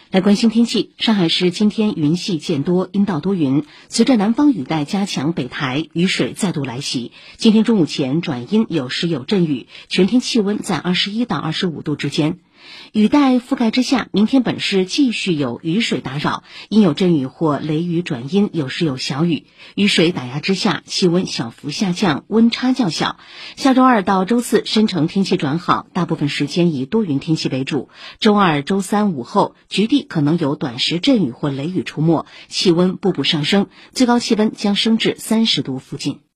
来关心天气，上海市今天云系渐多，阴到多云。随着南方雨带加强北抬，雨水再度来袭。今天中午前转阴，有时有阵雨，全天气温在21到25度之间。雨带覆盖之下，明天本市继续有雨水打扰，阴有阵雨或雷雨转阴，有时有小雨。雨水打压之下，气温小幅下降，温差较小。下周二到周四，申城天气转好，大部分时间以多云天气为主。周二、周三午后，局地可能有短时阵雨或雷雨出没，气温步步上升，最高气温将升至30度附近。